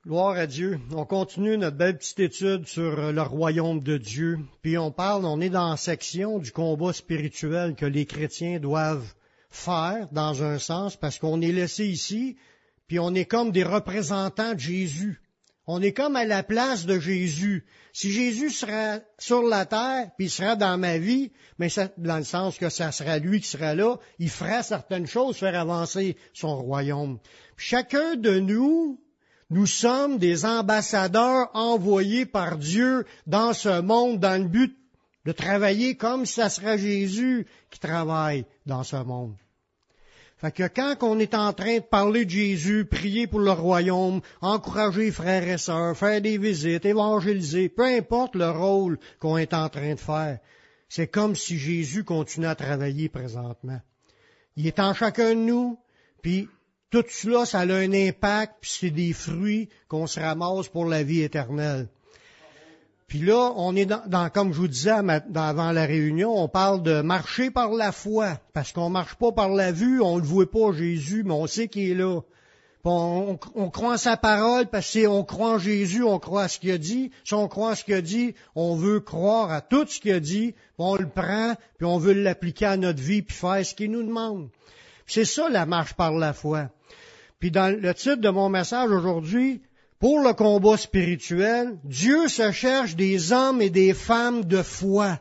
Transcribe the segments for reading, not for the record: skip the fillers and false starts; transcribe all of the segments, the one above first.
Gloire à Dieu. On continue notre belle petite étude sur le royaume de Dieu. Puis on est dans la section du combat spirituel que les chrétiens doivent faire, dans un sens, parce qu'on est laissé ici, puis on est comme des représentants de Jésus. On est comme à la place de Jésus. Si Jésus serait sur la terre, puis il serait dans ma vie, mais dans le sens que ça serait lui qui serait là, il ferait certaines choses, faire avancer son royaume. Puis chacun de nous sommes des ambassadeurs envoyés par Dieu dans ce monde dans le but de travailler comme si ça serait Jésus qui travaille dans ce monde. Fait que quand on est en train de parler de Jésus, prier pour le royaume, encourager les frères et sœurs, faire des visites, évangéliser, peu importe le rôle qu'on est en train de faire, c'est comme si Jésus continuait à travailler présentement. Il est en chacun de nous, puis tout cela, ça a un impact, puis c'est des fruits qu'on se ramasse pour la vie éternelle. Puis là, on est comme je vous disais avant la réunion, on parle de marcher par la foi, parce qu'on marche pas par la vue, on ne le voit pas Jésus, mais on sait qu'il est là. Puis on croit en sa parole, parce que si on croit en Jésus, on croit à ce qu'il a dit. Si on croit à ce qu'il a dit, on veut croire à tout ce qu'il a dit, puis on le prend, puis on veut l'appliquer à notre vie, puis faire ce qu'il nous demande. Puis c'est ça la marche par la foi. Puis dans le titre de mon message aujourd'hui, pour le combat spirituel, Dieu se cherche des hommes et des femmes de foi.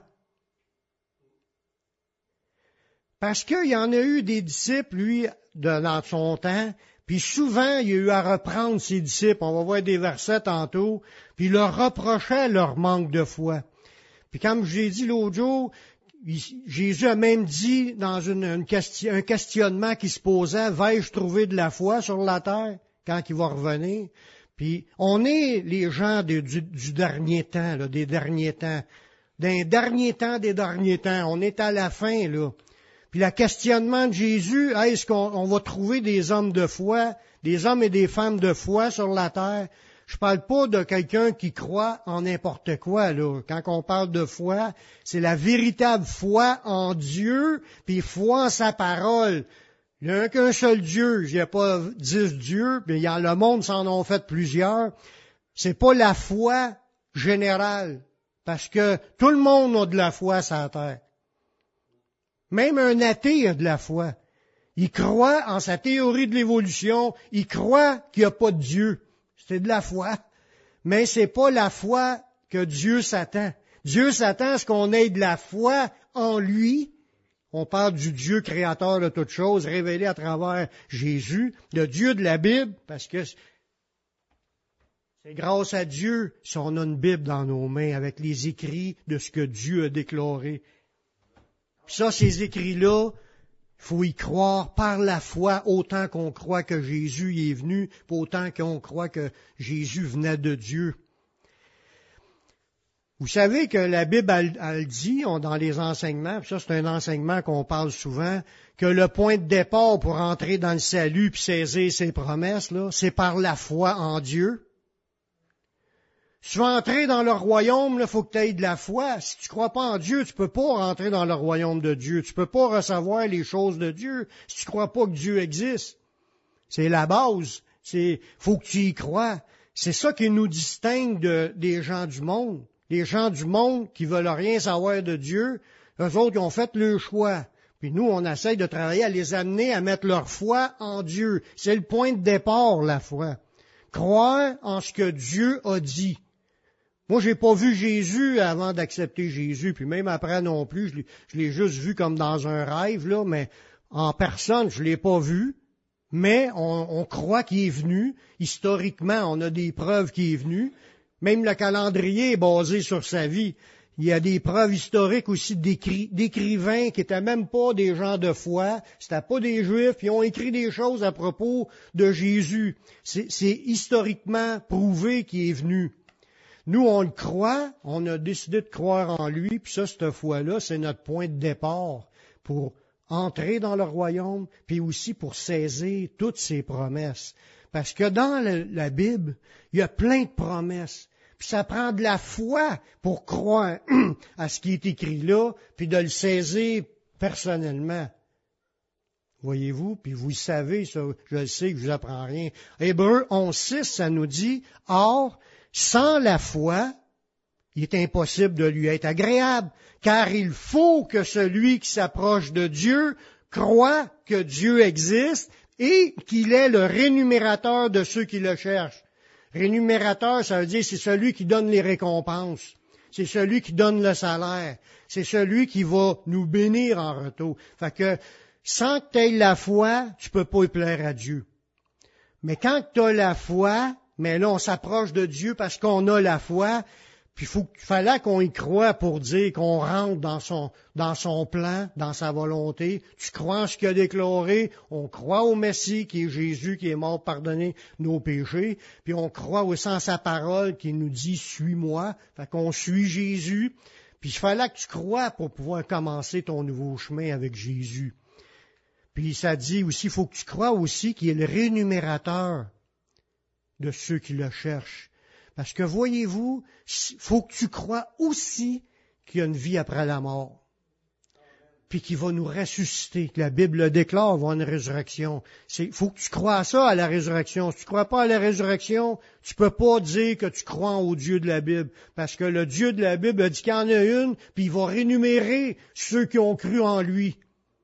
Parce qu'il y en a eu des disciples, lui, dans son temps, puis souvent, il y a eu à reprendre ses disciples, on va voir des versets tantôt, puis il leur reprochait leur manque de foi. Puis comme je l'ai dit l'autre jour, Jésus a même dit dans un questionnement qui se posait, vais-je trouver de la foi sur la terre quand il va revenir? Puis on est les gens du dernier temps, là, des derniers temps. D'un dernier temps, des derniers temps. On est à la fin, là. Puis le questionnement de Jésus, est-ce qu'on va trouver des hommes de foi, des hommes et des femmes de foi sur la terre? Je parle pas de quelqu'un qui croit en n'importe quoi, là. Quand on parle de foi, c'est la véritable foi en Dieu, puis foi en sa parole. Il n'y a qu'un seul Dieu, il n'y a pas 10 dieux, mais le monde s'en ont fait plusieurs. C'est pas la foi générale, parce que tout le monde a de la foi sur la terre. Même un athée a de la foi. Il croit en sa théorie de l'évolution, il croit qu'il n'y a pas de Dieu. C'est de la foi, mais c'est pas la foi que Dieu s'attend. Dieu s'attend à ce qu'on ait de la foi en lui. On parle du Dieu créateur de toutes choses, révélé à travers Jésus, le Dieu de la Bible, parce que c'est grâce à Dieu si on a une Bible dans nos mains avec les écrits de ce que Dieu a déclaré. Puis ça, ces écrits-là, il faut y croire par la foi autant qu'on croit que Jésus y est venu, pas autant qu'on croit que Jésus venait de Dieu. Vous savez que la Bible, elle dit, dans les enseignements, puis ça c'est un enseignement qu'on parle souvent, que le point de départ pour entrer dans le salut puis saisir ses promesses, là, c'est par la foi en Dieu. Si tu veux entrer dans le royaume, il faut que tu aies de la foi. Si tu ne crois pas en Dieu, tu ne peux pas rentrer dans le royaume de Dieu. Tu ne peux pas recevoir les choses de Dieu si tu ne crois pas que Dieu existe. C'est la base. Faut que tu y crois. C'est ça qui nous distingue des gens du monde. Les gens du monde qui veulent rien savoir de Dieu, eux autres, ils ont fait le choix. Puis nous, on essaye de travailler à les amener à mettre leur foi en Dieu. C'est le point de départ, la foi. Croire en ce que Dieu a dit. Moi, j'ai pas vu Jésus avant d'accepter Jésus, puis même après non plus, je l'ai juste vu comme dans un rêve, là, mais en personne, je l'ai pas vu. Mais on croit qu'il est venu. Historiquement, on a des preuves qu'il est venu. Même le calendrier est basé sur sa vie. Il y a des preuves historiques aussi d'écrivains qui étaient même pas des gens de foi, c'était pas des Juifs, qui ont écrit des choses à propos de Jésus. C'est historiquement prouvé qu'il est venu. Nous, on le croit, on a décidé de croire en lui, puis ça, cette foi-là, c'est notre point de départ pour entrer dans le royaume, puis aussi pour saisir toutes ses promesses. Parce que dans la Bible, il y a plein de promesses. Puis ça prend de la foi pour croire à ce qui est écrit là, puis de le saisir personnellement. Voyez-vous, puis vous le savez, ça, je le sais que je vous apprends rien. Hébreux 11.6, ça nous dit, « Or, sans la foi, il est impossible de lui être agréable, car il faut que celui qui s'approche de Dieu croit que Dieu existe et qu'il est le rémunérateur de ceux qui le cherchent. » Rémunérateur, ça veut dire c'est celui qui donne les récompenses. C'est celui qui donne le salaire. C'est celui qui va nous bénir en retour. Fait que, sans que tu aies la foi, tu peux pas y plaire à Dieu. Mais quand tu as la foi, mais là, on s'approche de Dieu parce qu'on a la foi, puis il fallait qu'on y croie pour dire qu'on rentre dans son plan, dans sa volonté. Tu crois en ce qu'il a déclaré, on croit au Messie qui est Jésus, qui est mort pour pardonner nos péchés, puis on croit aussi en sa parole qui nous dit « Suis-moi », fait qu'on suit Jésus, puis il fallait que tu crois pour pouvoir commencer ton nouveau chemin avec Jésus. Puis ça dit aussi, il faut que tu crois aussi qu'il est le rémunérateur de ceux qui le cherchent. Parce que voyez-vous, il faut que tu crois aussi qu'il y a une vie après la mort. Puis qu'il va nous ressusciter, que la Bible le déclare, il va y avoir une résurrection. Il faut que tu crois à ça, à la résurrection. Si tu ne crois pas à la résurrection, tu peux pas dire que tu crois au Dieu de la Bible. Parce que le Dieu de la Bible a dit qu'il y en a une, puis il va rémunérer ceux qui ont cru en lui.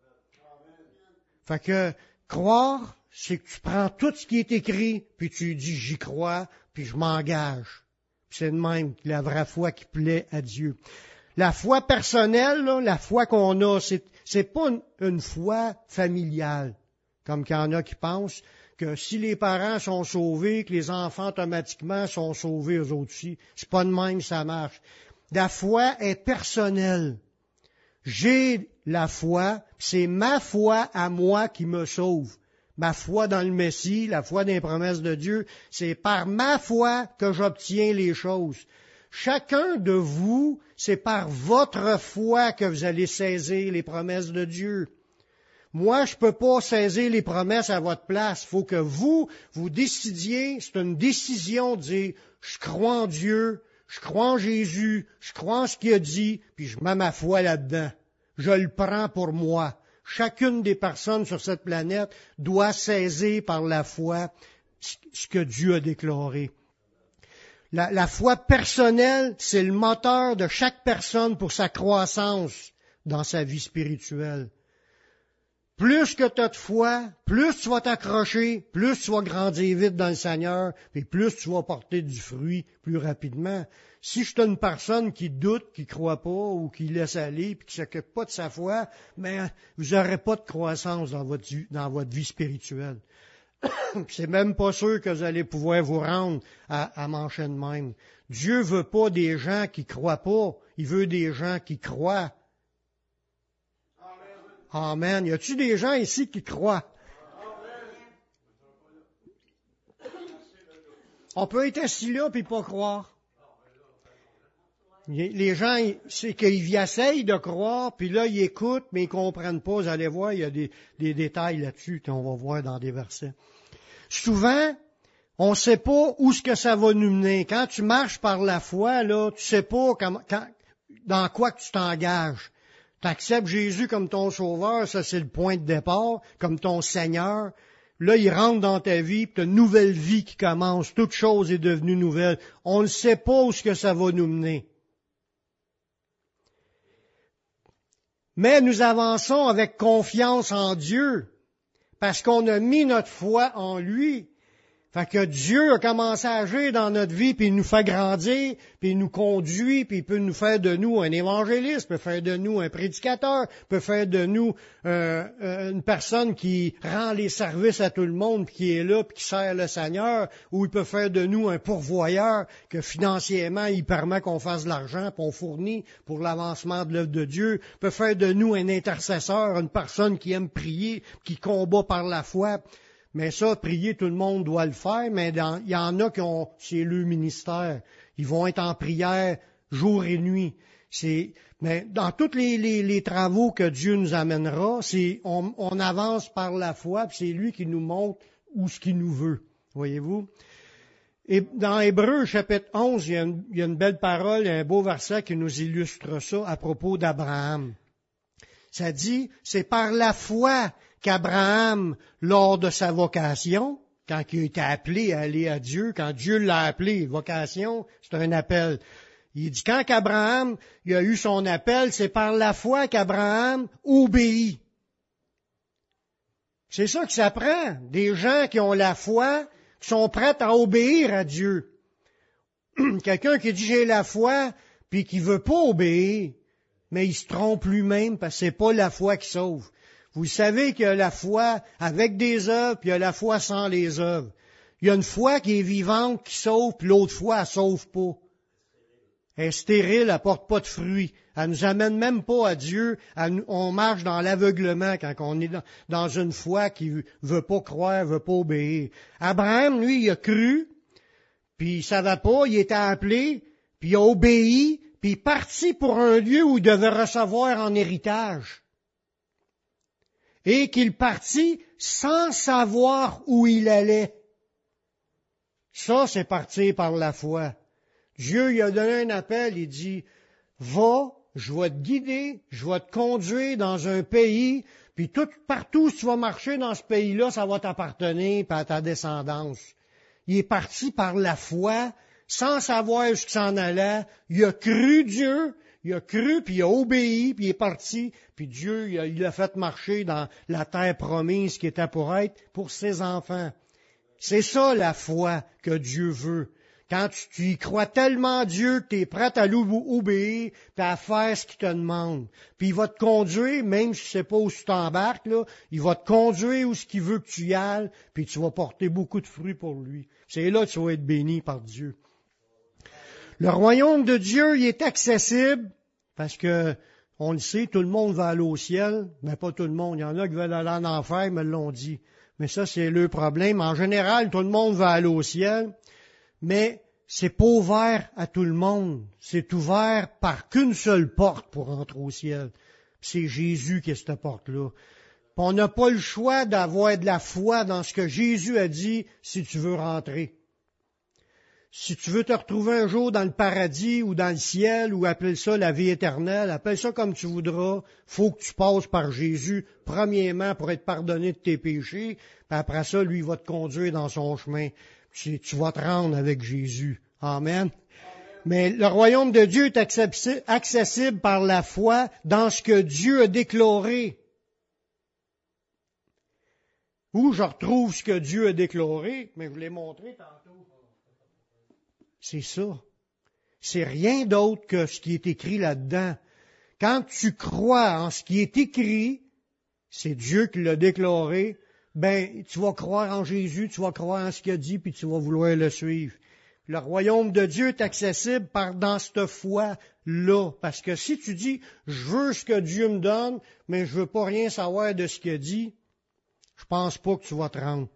Fait que croire, c'est que tu prends tout ce qui est écrit, puis tu dis j'y crois, puis je m'engage. Puis c'est de même la vraie foi qui plaît à Dieu. La foi personnelle, là, la foi qu'on a, c'est pas une foi familiale, comme qu'il y en a qui pensent que si les parents sont sauvés, que les enfants automatiquement sont sauvés eux autres aussi. C'est pas de même ça marche. La foi est personnelle. J'ai la foi, c'est ma foi à moi qui me sauve. Ma foi dans le Messie, la foi dans les promesses de Dieu, c'est par ma foi que j'obtiens les choses. Chacun de vous, c'est par votre foi que vous allez saisir les promesses de Dieu. Moi, je ne peux pas saisir les promesses à votre place. Il faut que vous décidiez, c'est une décision de dire, je crois en Dieu, je crois en Jésus, je crois en ce qu'il a dit, puis je mets ma foi là-dedans. Je le prends pour moi. Chacune des personnes sur cette planète doit saisir par la foi ce que Dieu a déclaré. La foi personnelle, c'est le moteur de chaque personne pour sa croissance dans sa vie spirituelle. Plus que tu as de foi, plus tu vas t'accrocher, plus tu vas grandir vite dans le Seigneur, puis plus tu vas porter du fruit plus rapidement. Si je suis une personne qui doute, qui croit pas, ou qui laisse aller, puis qui s'occupe pas de sa foi, ben, vous n'aurez pas de croissance dans votre vie spirituelle. C'est même pas sûr que vous allez pouvoir vous rendre à marcher de même. Dieu veut pas des gens qui croient pas, il veut des gens qui croient. Amen. Y a-t-il des gens ici qui croient? On peut être assis là puis pas croire. Les gens, c'est qu'ils essayent de croire, puis là, ils écoutent, mais ils comprennent pas. Vous allez voir, il y a des détails là-dessus qu'on va voir dans des versets. Souvent, on ne sait pas où ce que ça va nous mener. Quand tu marches par la foi, là, tu sais pas dans quoi que tu t'engages. Tu acceptes Jésus comme ton sauveur, ça c'est le point de départ, comme ton Seigneur. Là, il rentre dans ta vie, puis tu as une nouvelle vie qui commence. Toute chose est devenue nouvelle. On ne sait pas où ce que ça va nous mener. Mais nous avançons avec confiance en Dieu, parce qu'on a mis notre foi en lui. Fait que Dieu a commencé à agir dans notre vie, puis il nous fait grandir, puis il nous conduit, puis il peut nous faire de nous un évangéliste, peut faire de nous un prédicateur, peut faire de nous une personne qui rend les services à tout le monde, puis qui est là, puis qui sert le Seigneur, ou il peut faire de nous un pourvoyeur, que financièrement, il permet qu'on fasse de l'argent, puis on fournit pour l'avancement de l'œuvre de Dieu, peut faire de nous un intercesseur, une personne qui aime prier, qui combat par la foi. Mais ça, prier, tout le monde doit le faire, mais il y en a qui ont, c'est le ministère. Ils vont être en prière jour et nuit. Mais dans tous les travaux que Dieu nous amènera, on avance par la foi, puis c'est lui qui nous montre où ce qu'il nous veut. Voyez-vous? Et dans Hébreux, chapitre 11, il y a une belle parole, un beau verset qui nous illustre ça à propos d'Abraham. Ça dit, c'est par la foi qu'Abraham, lors de sa vocation, quand il a été appelé à aller à Dieu, quand Dieu l'a appelé, vocation, c'est un appel. Il dit, quand qu'Abraham il a eu son appel, c'est par la foi qu'Abraham obéit. C'est ça que ça prend, des gens qui ont la foi, qui sont prêts à obéir à Dieu. Quelqu'un qui dit j'ai la foi, puis qui veut pas obéir, mais il se trompe lui-même parce que c'est pas la foi qui sauve. Vous savez qu'il y a la foi avec des œuvres, puis il y a la foi sans les œuvres. Il y a une foi qui est vivante, qui sauve, puis l'autre foi, elle sauve pas. Elle est stérile, elle porte pas de fruits. Elle nous amène même pas à Dieu. On marche dans l'aveuglement quand on est dans une foi qui veut pas croire, veut pas obéir. Abraham, lui, il a cru, puis il savait pas, il était appelé, puis il a obéi, puis il est parti pour un lieu où il devait recevoir en héritage. Et qu'il partit sans savoir où il allait. Ça, c'est partir par la foi. Dieu lui a donné un appel, il dit, va, je vais te guider, je vais te conduire dans un pays, puis partout où tu vas marcher dans ce pays-là, ça va t'appartenir, puis à ta descendance. Il est parti par la foi, sans savoir où il s'en allait. Il a cru Dieu, il a cru, puis il a obéi, puis il est parti, puis Dieu, il l'a fait marcher dans la terre promise qui était pour être pour ses enfants. C'est ça la foi que Dieu veut. Quand tu y crois tellement Dieu que tu es prêt à l'obéir, puis à faire ce qu'il te demande. Puis il va te conduire, même si c'est pas où tu t'embarques, là, il va te conduire où ce qu'il veut que tu y ailles, puis tu vas porter beaucoup de fruits pour lui. C'est là que tu vas être béni par Dieu. Le royaume de Dieu, il est accessible, parce que, on le sait, tout le monde va aller au ciel, mais pas tout le monde. Il y en a qui veulent aller en enfer, ils me l'ont dit. Mais ça, c'est le problème. En général, tout le monde va aller au ciel. Mais c'est pas ouvert à tout le monde. C'est ouvert par qu'une seule porte pour rentrer au ciel. C'est Jésus qui est cette porte-là. Puis on n'a pas le choix d'avoir de la foi dans ce que Jésus a dit si tu veux rentrer. Si tu veux te retrouver un jour dans le paradis ou dans le ciel ou appelle ça la vie éternelle, appelle ça comme tu voudras, faut que tu passes par Jésus premièrement pour être pardonné de tes péchés, puis après ça, lui, il va te conduire dans son chemin. Tu vas te rendre avec Jésus. Amen. Mais le royaume de Dieu est accessible par la foi dans ce que Dieu a déclaré. Où je retrouve ce que Dieu a déclaré, mais je vous l'ai montré tantôt. C'est ça. C'est rien d'autre que ce qui est écrit là-dedans. Quand tu crois en ce qui est écrit, c'est Dieu qui l'a déclaré, ben, tu vas croire en Jésus, tu vas croire en ce qu'il a dit, puis tu vas vouloir le suivre. Le royaume de Dieu est accessible dans cette foi-là. Parce que si tu dis, je veux ce que Dieu me donne, mais je veux pas rien savoir de ce qu'il a dit, je pense pas que tu vas te rendre.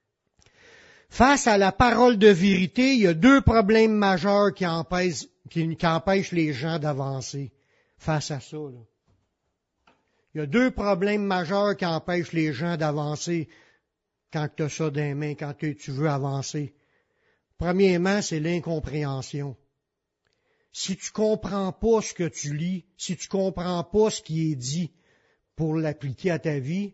Face à la parole de vérité, il y a deux problèmes majeurs qui empêchent les gens d'avancer. Face à ça, là. Il y a deux problèmes majeurs qui empêchent les gens d'avancer quand tu as ça dans les mains, quand tu veux avancer. Premièrement, c'est l'incompréhension. Si tu comprends pas ce que tu lis, si tu comprends pas ce qui est dit pour l'appliquer à ta vie,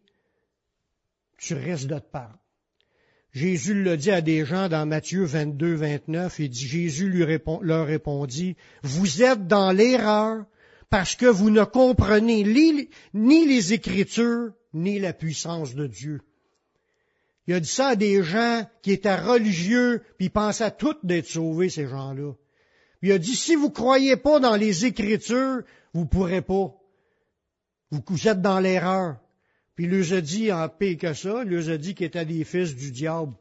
tu restes de te perdre. Jésus l'a dit à des gens dans Matthieu 22, 29, il dit, Jésus leur répondit, vous êtes dans l'erreur parce que vous ne comprenez ni les Écritures, ni la puissance de Dieu. Il a dit ça à des gens qui étaient religieux, puis ils pensaient tous d'être sauvés, ces gens-là. Il a dit, si vous croyez pas dans les Écritures, vous pourrez pas. Vous êtes dans l'erreur. Puis il leur a dit, en pire que ça, il leur a dit qu'ils étaient des fils du diable.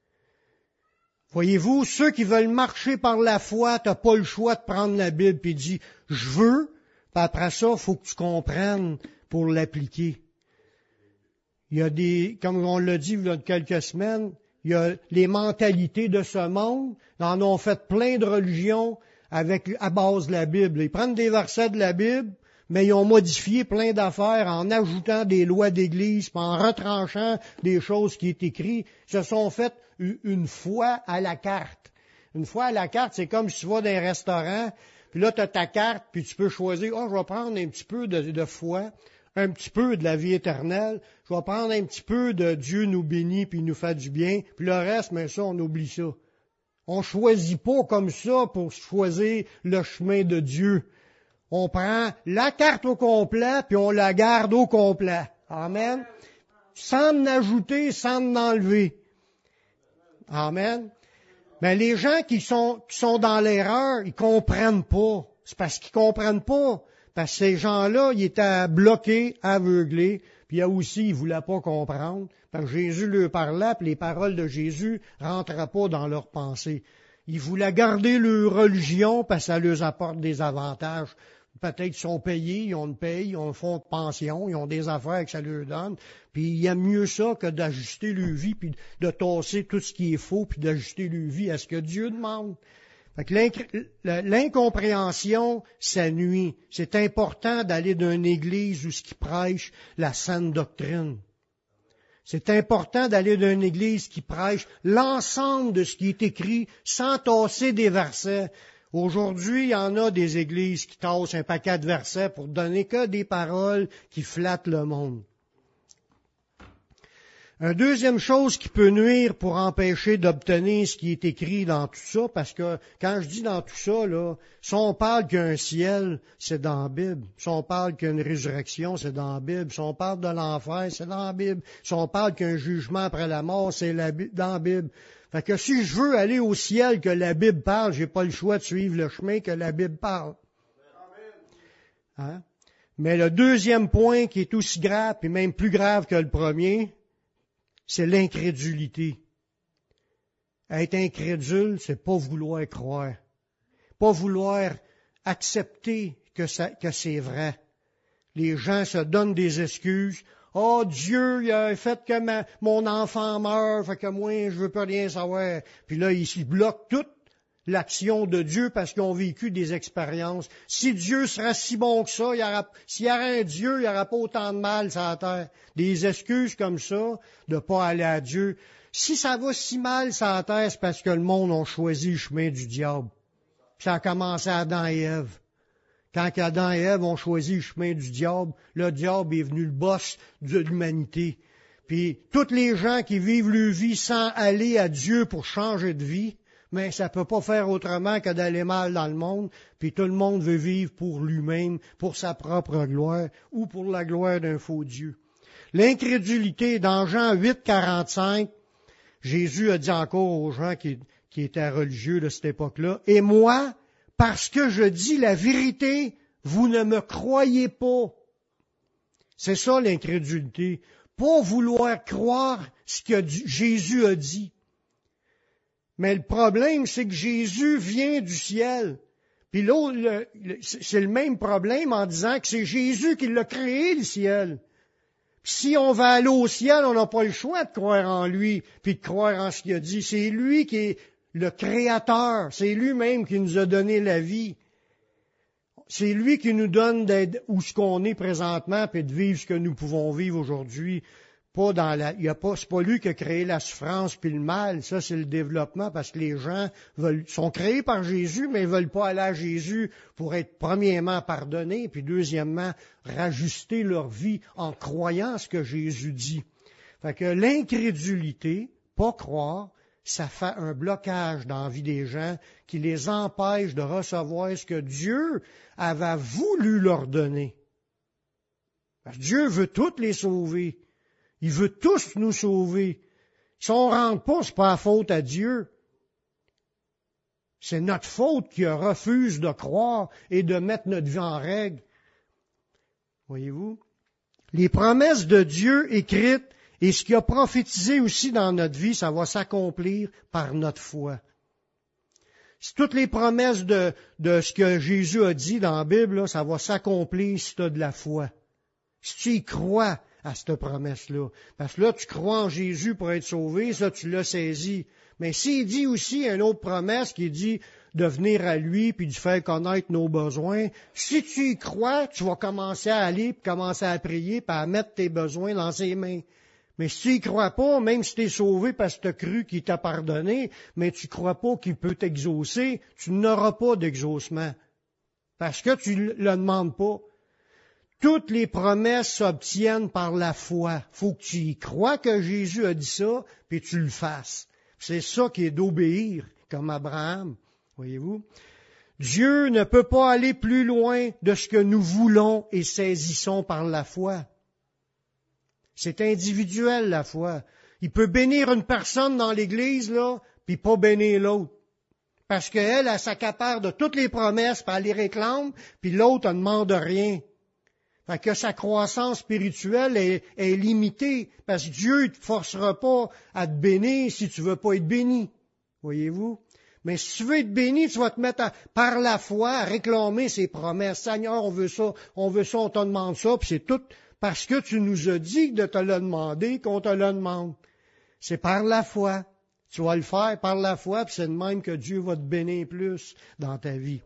Voyez-vous, ceux qui veulent marcher par la foi, t'as pas le choix de prendre la Bible et dire, je veux, puis après ça, il faut que tu comprennes pour l'appliquer. Il y a comme on l'a dit il y a quelques semaines, il y a les mentalités de ce monde, ils en ont fait plein de religions à base de la Bible. Ils prennent des versets de la Bible, mais ils ont modifié plein d'affaires en ajoutant des lois d'église, puis en retranchant des choses qui est écrites. Ils se sont fait une foi à la carte. Une fois à la carte, c'est comme si tu vas dans un restaurant, puis là, tu as ta carte, puis tu peux choisir, je vais prendre un petit peu de foi, un petit peu de la vie éternelle, je vais prendre un petit peu de Dieu nous bénit puis nous fait du bien, puis le reste, mais ça, on oublie ça. On choisit pas comme ça pour choisir le chemin de Dieu. On prend la carte au complet puis on la garde au complet. Amen. Sans en ajouter, sans en enlever. Amen. Mais les gens qui sont dans l'erreur, ils comprennent pas. C'est parce qu'ils comprennent pas. Parce que ces gens-là, ils étaient bloqués, aveuglés, puis il y a aussi, ils voulaient pas comprendre. Parce que Jésus leur parlait, puis les paroles de Jésus rentraient pas dans leurs pensées. Ils voulaient garder leur religion parce que ça leur apporte des avantages. Peut-être qu'ils sont payés, ils ont une paye, ils ont un fonds de pension, ils ont des affaires que ça leur donne. Puis il y a mieux ça que d'ajuster leur vie, puis de tasser tout ce qui est faux, puis d'ajuster leur vie à ce que Dieu demande. Fait que l'incompréhension, ça nuit. C'est important d'aller dans une église où ce qui prêche la saine doctrine. C'est important d'aller dans une église qui prêche l'ensemble de ce qui est écrit sans tasser des versets. Aujourd'hui, il y en a des églises qui tassent un paquet de versets pour donner que des paroles qui flattent le monde. Une deuxième chose qui peut nuire pour empêcher d'obtenir ce qui est écrit dans tout ça, parce que quand je dis dans tout ça, là, si on parle qu'il y a un ciel, c'est dans la Bible. Si on parle qu'il y a une résurrection, c'est dans la Bible. Si on parle de l'enfer, c'est dans la Bible. Si on parle qu'il y a un jugement après la mort, c'est dans la Bible. Fait que si je veux aller au ciel que la Bible parle, j'ai pas le choix de suivre le chemin que la Bible parle. Hein? Mais le deuxième point qui est aussi grave, et même plus grave que le premier, c'est l'incrédulité. Être incrédule, c'est pas vouloir croire. Pas vouloir accepter que c'est vrai. Les gens se donnent des excuses. Oh, Dieu, il a fait que mon enfant meurt, fait que moi, je veux pas rien savoir. Puis là, ils bloquent toute l'action de Dieu parce qu'ils ont vécu des expériences. Si Dieu serait si bon que ça, s'il y aurait un Dieu, il n'y aurait pas autant de mal sur la terre. Des excuses comme ça, de pas aller à Dieu. Si ça va si mal sur la terre, c'est parce que le monde a choisi le chemin du diable. Puis ça a commencé à Adam et Ève. Quand Adam et Ève ont choisi le chemin du diable, le diable est venu le boss de l'humanité. Puis toutes les gens qui vivent leur vie sans aller à Dieu pour changer de vie, mais ça peut pas faire autrement que d'aller mal dans le monde, puis tout le monde veut vivre pour lui-même, pour sa propre gloire, ou pour la gloire d'un faux Dieu. L'incrédulité, dans Jean 8, 45, Jésus a dit encore aux gens qui étaient religieux de cette époque-là, « Et moi, parce que je dis la vérité, vous ne me croyez pas. » C'est ça l'incrédulité. Pas vouloir croire ce que Jésus a dit. Mais le problème, c'est que Jésus vient du ciel. Puis l'autre, c'est le même problème en disant que c'est Jésus qui l'a créé, le ciel. Puis si on va aller au ciel, on n'a pas le choix de croire en lui, puis de croire en ce qu'il a dit. C'est lui qui est le Créateur. C'est lui-même qui nous a donné la vie. C'est lui qui nous donne d'être où ce qu'on est présentement, puis de vivre ce que nous pouvons vivre aujourd'hui. C'est pas lui qui a créé la souffrance puis le mal. Ça, c'est le développement parce que les gens sont créés par Jésus, mais ils veulent pas aller à Jésus pour être premièrement pardonnés, puis deuxièmement, rajuster leur vie en croyant ce que Jésus dit. Fait que l'incrédulité, pas croire, ça fait un blocage dans la vie des gens qui les empêche de recevoir ce que Dieu avait voulu leur donner. Parce que Dieu veut tous les sauver. Il veut tous nous sauver. Si on ne rentre pas, c'est pas la faute à Dieu. C'est notre faute qui refuse de croire et de mettre notre vie en règle. Voyez-vous? Les promesses de Dieu écrites et ce qu'il a prophétisé aussi dans notre vie, ça va s'accomplir par notre foi. Si toutes les promesses de ce que Jésus a dit dans la Bible, là, ça va s'accomplir si tu as de la foi. Si tu y crois à cette promesse-là. Parce que là, tu crois en Jésus pour être sauvé, ça, tu l'as saisi. Mais s'il dit aussi une autre promesse qui dit de venir à lui puis de faire connaître nos besoins, si tu y crois, tu vas commencer à aller, puis commencer à prier, puis à mettre tes besoins dans ses mains. Mais si tu y crois pas, même si tu es sauvé parce que tu as cru qu'il t'a pardonné, mais tu crois pas qu'il peut t'exaucer, tu n'auras pas d'exaucement. Parce que tu le demandes pas. Toutes les promesses s'obtiennent par la foi. Faut que tu y crois que Jésus a dit ça, puis tu le fasses. C'est ça qui est d'obéir, comme Abraham, voyez-vous. Dieu ne peut pas aller plus loin de ce que nous voulons et saisissons par la foi. C'est individuel, la foi. Il peut bénir une personne dans l'Église, là, puis pas bénir l'autre. Parce qu'elle, elle s'accapare de toutes les promesses, puis elle les réclame, puis l'autre, elle ne demande rien. Fait que sa croissance spirituelle est limitée, parce que Dieu ne te forcera pas à te bénir si tu veux pas être béni. Voyez-vous? Mais si tu veux être béni, tu vas te mettre par la foi à réclamer ses promesses. Seigneur, on veut ça, on te demande ça, puis c'est tout parce que tu nous as dit de te le demander qu'on te le demande. C'est par la foi. Tu vas le faire par la foi, puis c'est de même que Dieu va te bénir plus dans ta vie.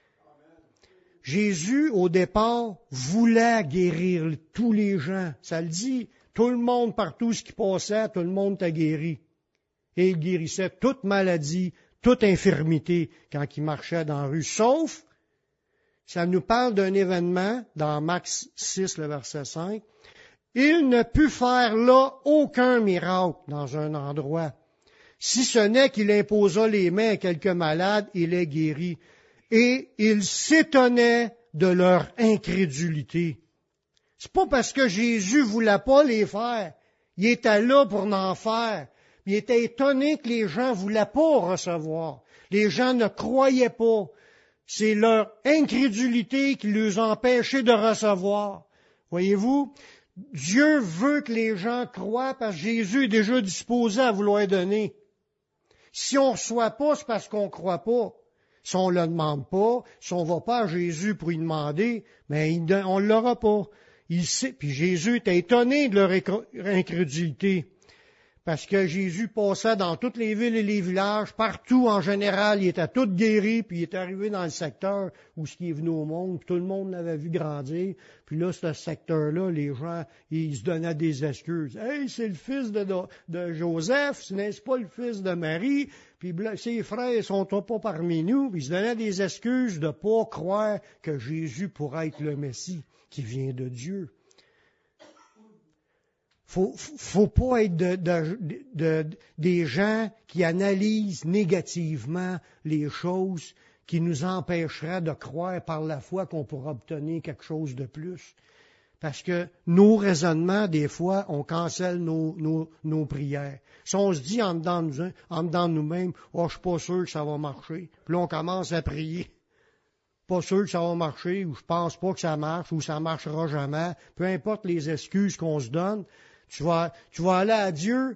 Jésus, au départ, voulait guérir tous les gens. Ça le dit. Tout le monde, partout ce qui passait, tout le monde t'a guéri. Et il guérissait toute maladie, toute infirmité quand il marchait dans la rue. Sauf, ça nous parle d'un événement dans Marc 6, le verset 5. Il ne put faire là aucun miracle dans un endroit. Si ce n'est qu'il imposa les mains à quelques malades, il est guéri. Et il s'étonnait de leur incrédulité. C'est pas parce que Jésus voulait pas les faire. Il était là pour en faire. Il était étonné que les gens voulaient pas recevoir. Les gens ne croyaient pas. C'est leur incrédulité qui les empêchait de recevoir. Voyez-vous? Dieu veut que les gens croient parce que Jésus est déjà disposé à vouloir donner. Si on ne reçoit pas, c'est parce qu'on ne croit pas. Si on ne le demande pas, si on ne va pas à Jésus pour y demander, mais on ne l'aura pas. Il sait, puis Jésus était étonné de leur incrédulité. Parce que Jésus passait dans toutes les villes et les villages, partout en général, il était tout guéri, puis il est arrivé dans le secteur où ce qui est venu au monde, puis tout le monde l'avait vu grandir. Puis là, ce secteur-là, les gens, ils se donnaient des excuses. « Hey, c'est le fils de Joseph, n'est-ce pas le fils de Marie? Puis ses frères ne sont pas parmi nous. » Puis ils se donnaient des excuses de ne pas croire que Jésus pourrait être le Messie qui vient de Dieu. Faut pas être des gens qui analysent négativement les choses qui nous empêcheraient de croire par la foi qu'on pourra obtenir quelque chose de plus. Parce que nos raisonnements, des fois, on cancelle nos prières. Si on se dit en dedans de nous-mêmes, « Oh, je suis pas sûr que ça va marcher. » Puis là, on commence à prier. Pas sûr que ça va marcher, ou je pense pas que ça marche, ou ça marchera jamais. Peu importe les excuses qu'on se donne, tu vas aller à Dieu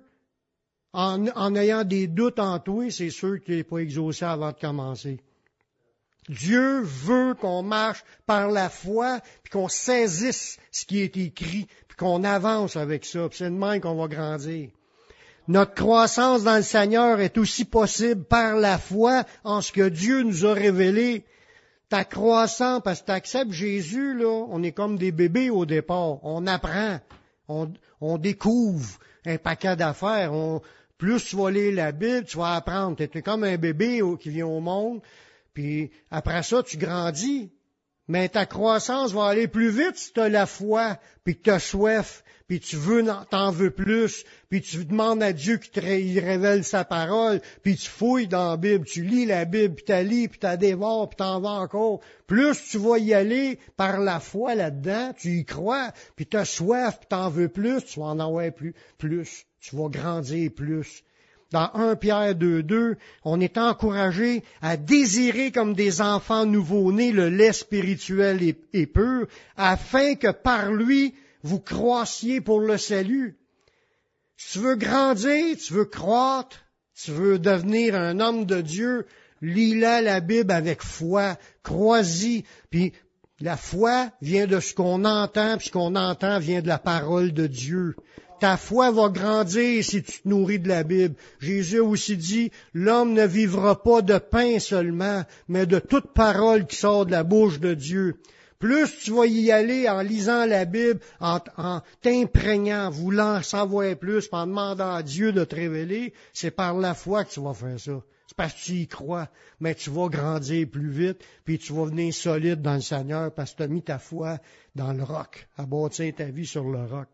en ayant des doutes en toi, c'est sûr que tu n'es pas exaucé avant de commencer. Dieu veut qu'on marche par la foi, puis qu'on saisisse ce qui est écrit, puis qu'on avance avec ça, puis c'est de même qu'on va grandir. Notre croissance dans le Seigneur est aussi possible par la foi en ce que Dieu nous a révélé. Ta croissance, parce que tu acceptes Jésus, là, on est comme des bébés au départ, on apprend. On découvre un paquet d'affaires. Plus tu vas lire la Bible, tu vas apprendre. Tu es comme un bébé qui vient au monde, puis après ça, tu grandis. Mais ta croissance va aller plus vite si tu as la foi, puis que tu as soif, puis tu t'en veux plus, puis tu demandes à Dieu qu'il te révèle sa parole, puis tu fouilles dans la Bible, tu lis la Bible, puis tu la lis, puis tu la dévores, puis tu en vas encore. Plus tu vas y aller par la foi là-dedans, tu y crois, puis tu as soif, puis tu en veux plus, tu vas en avoir plus. Tu vas grandir plus. Dans 1 Pierre 2:2, on est encouragé à désirer comme des enfants nouveau-nés le lait spirituel et pur, afin que par lui, vous croissiez pour le salut. Si tu veux grandir, tu veux croître, tu veux devenir un homme de Dieu, lis-la la Bible avec foi, crois-y, puis la foi vient de ce qu'on entend, puis ce qu'on entend vient de la parole de Dieu. Ta foi va grandir si tu te nourris de la Bible. Jésus a aussi dit, l'homme ne vivra pas de pain seulement, mais de toute parole qui sort de la bouche de Dieu. Plus tu vas y aller en lisant la Bible, en t'imprégnant, voulant savoir plus, en demandant à Dieu de te révéler, c'est par la foi que tu vas faire ça. C'est parce que tu y crois, mais tu vas grandir plus vite, puis tu vas venir solide dans le Seigneur parce que tu as mis ta foi dans le roc, à bâtir ta vie sur le roc.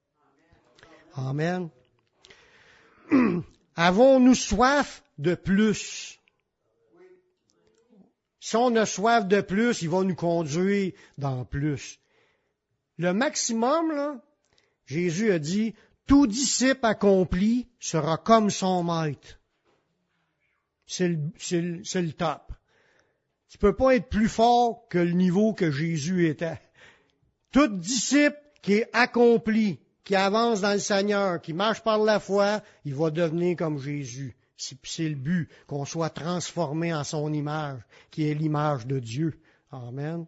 Amen. Avons-nous soif de plus? Si on a soif de plus, il va nous conduire dans plus. Le maximum, là, Jésus a dit, tout disciple accompli sera comme son maître. C'est le top. Tu peux pas être plus fort que le niveau que Jésus était. Tout disciple qui est accompli, qui avance dans le Seigneur, qui marche par la foi, il va devenir comme Jésus. C'est le but, qu'on soit transformé en son image, qui est l'image de Dieu. Amen.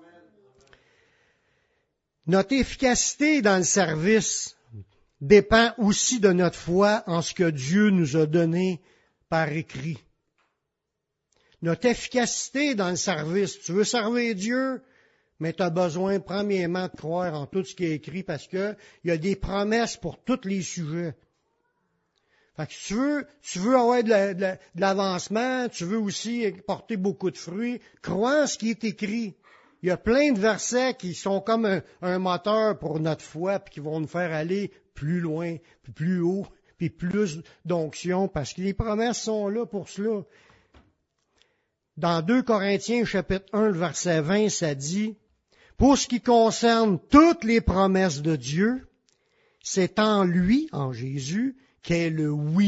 Notre efficacité dans le service dépend aussi de notre foi en ce que Dieu nous a donné par écrit. Notre efficacité dans le service, tu veux servir Dieu, mais tu as besoin premièrement de croire en tout ce qui est écrit parce que il y a des promesses pour tous les sujets. Fait que tu veux avoir de l'avancement, tu veux aussi porter beaucoup de fruits, crois en ce qui est écrit. Il y a plein de versets qui sont comme un moteur pour notre foi, puis qui vont nous faire aller plus loin, puis plus haut, puis plus d'onction, parce que les promesses sont là pour cela. Dans 2 Corinthiens, chapitre 1, le verset 20, ça dit, « Pour ce qui concerne toutes les promesses de Dieu, c'est en lui, en Jésus, qu'est le oui. »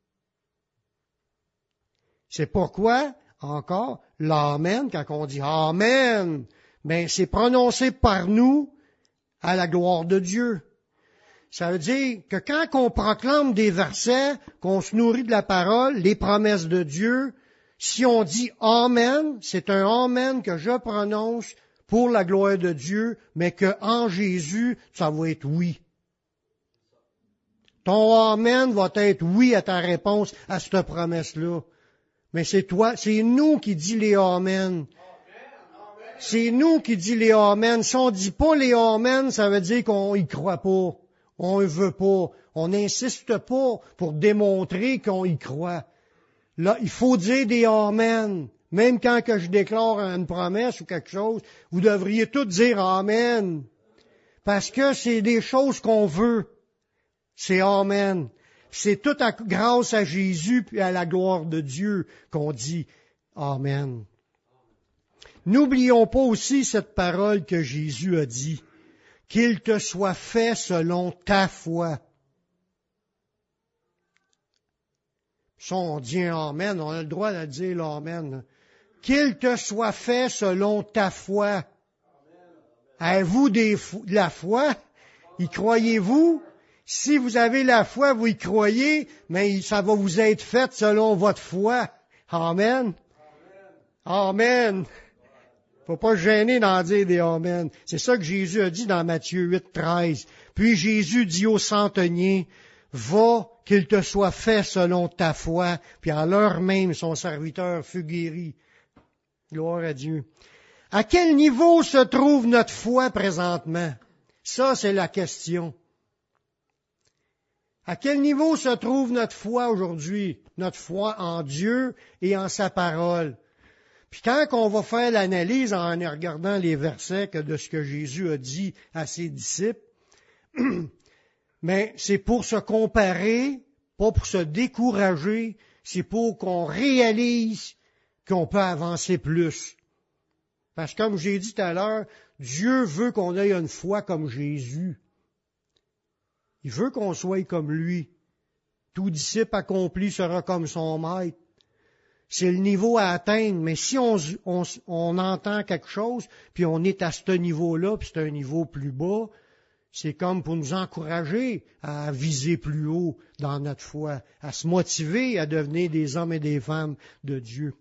C'est pourquoi, encore, l'Amen, quand on dit Amen, ben c'est prononcé par nous à la gloire de Dieu. Ça veut dire que quand on proclame des versets, qu'on se nourrit de la parole, les promesses de Dieu, si on dit Amen, c'est un Amen que je prononce pour la gloire de Dieu, mais que en Jésus, ça va être oui. Ton Amen va être oui à ta réponse à cette promesse-là. Mais c'est toi, c'est nous qui dit les Amen. C'est nous qui dit les Amen. Si on dit pas les Amen, ça veut dire qu'on y croit pas. On ne veut pas. On n'insiste pas pour démontrer qu'on y croit. Là, il faut dire des Amen. Même quand que je déclare une promesse ou quelque chose, vous devriez tous dire Amen. Parce que c'est des choses qu'on veut. C'est Amen. C'est tout grâce à Jésus puis à la gloire de Dieu qu'on dit Amen. N'oublions pas aussi cette parole que Jésus a dit, qu'il te soit fait selon ta foi. Si on dit un Amen, on a le droit de dire l'Amen. Qu'il te soit fait selon ta foi. Avez-vous de la foi? Y croyez-vous? Si vous avez la foi, vous y croyez, mais ça va vous être fait selon votre foi. Amen. Amen. Faut pas se gêner d'en dire des Amen. C'est ça que Jésus a dit dans Matthieu 8, 13. Puis Jésus dit au centenier, va, qu'il te soit fait selon ta foi. Puis à l'heure même, son serviteur fut guéri. Gloire à Dieu. À quel niveau se trouve notre foi présentement? Ça, c'est la question. À quel niveau se trouve notre foi aujourd'hui? Notre foi en Dieu et en sa parole. Puis quand on va faire l'analyse en regardant les versets de ce que Jésus a dit à ses disciples, mais c'est pour se comparer, pas pour se décourager, c'est pour qu'on réalise qu'on peut avancer plus. Parce que comme j'ai dit tout à l'heure, Dieu veut qu'on ait une foi comme Jésus. Il veut qu'on soit comme lui. Tout disciple accompli sera comme son maître. C'est le niveau à atteindre, mais si on entend quelque chose, puis on est à ce niveau-là, puis c'est un niveau plus bas, c'est comme pour nous encourager à viser plus haut dans notre foi, à se motiver à devenir des hommes et des femmes de Dieu.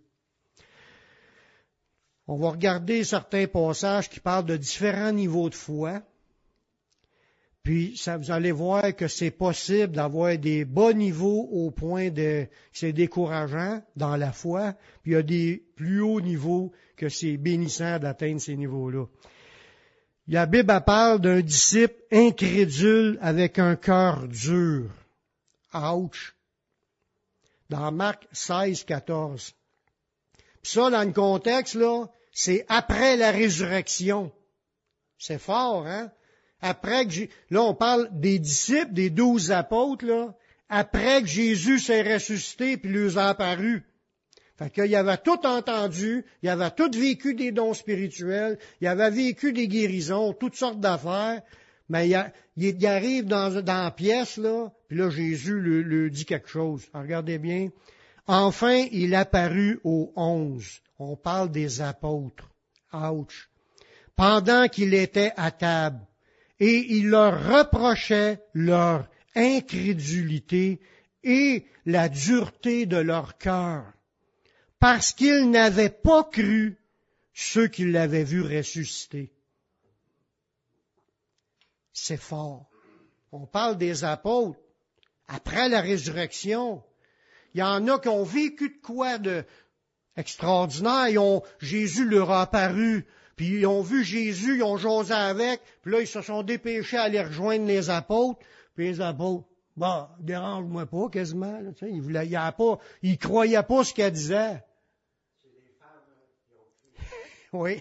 On va regarder certains passages qui parlent de différents niveaux de foi. Puis, vous allez voir que c'est possible d'avoir des bas niveaux au point que c'est décourageant dans la foi. Puis, il y a des plus hauts niveaux que c'est bénissant d'atteindre ces niveaux-là. La Bible parle d'un disciple incrédule avec un cœur dur. Ouch! dans Marc 16, 14. Puis ça, dans le contexte, là, c'est après la résurrection. C'est fort, hein? Après que là, on parle des disciples, des 12 apôtres, là, après que Jésus s'est ressuscité puis lui a apparu. Fait qu'il avait tout entendu, il avait tout vécu des dons spirituels, il avait vécu des guérisons, toutes sortes d'affaires, mais il arrive dans la pièce, là, puis là, Jésus lui dit quelque chose. Alors, regardez bien. Enfin, il apparut aux 11. On parle des apôtres. Ouch. Pendant qu'il était à table. Et il leur reprochait leur incrédulité et la dureté de leur cœur, parce qu'ils n'avaient pas cru ceux qui l'avaient vu ressusciter. C'est fort. On parle des apôtres. Après la résurrection, il y en a qui ont vécu de quoi de extraordinaire. Jésus leur a apparu. Puis ils ont vu Jésus, ils ont jasé avec, puis là, ils se sont dépêchés à aller rejoindre les apôtres. Puis les apôtres, dérange-moi pas quasiment. Là, tu sais, ils croyaient pas ce qu'elle disait. Oui.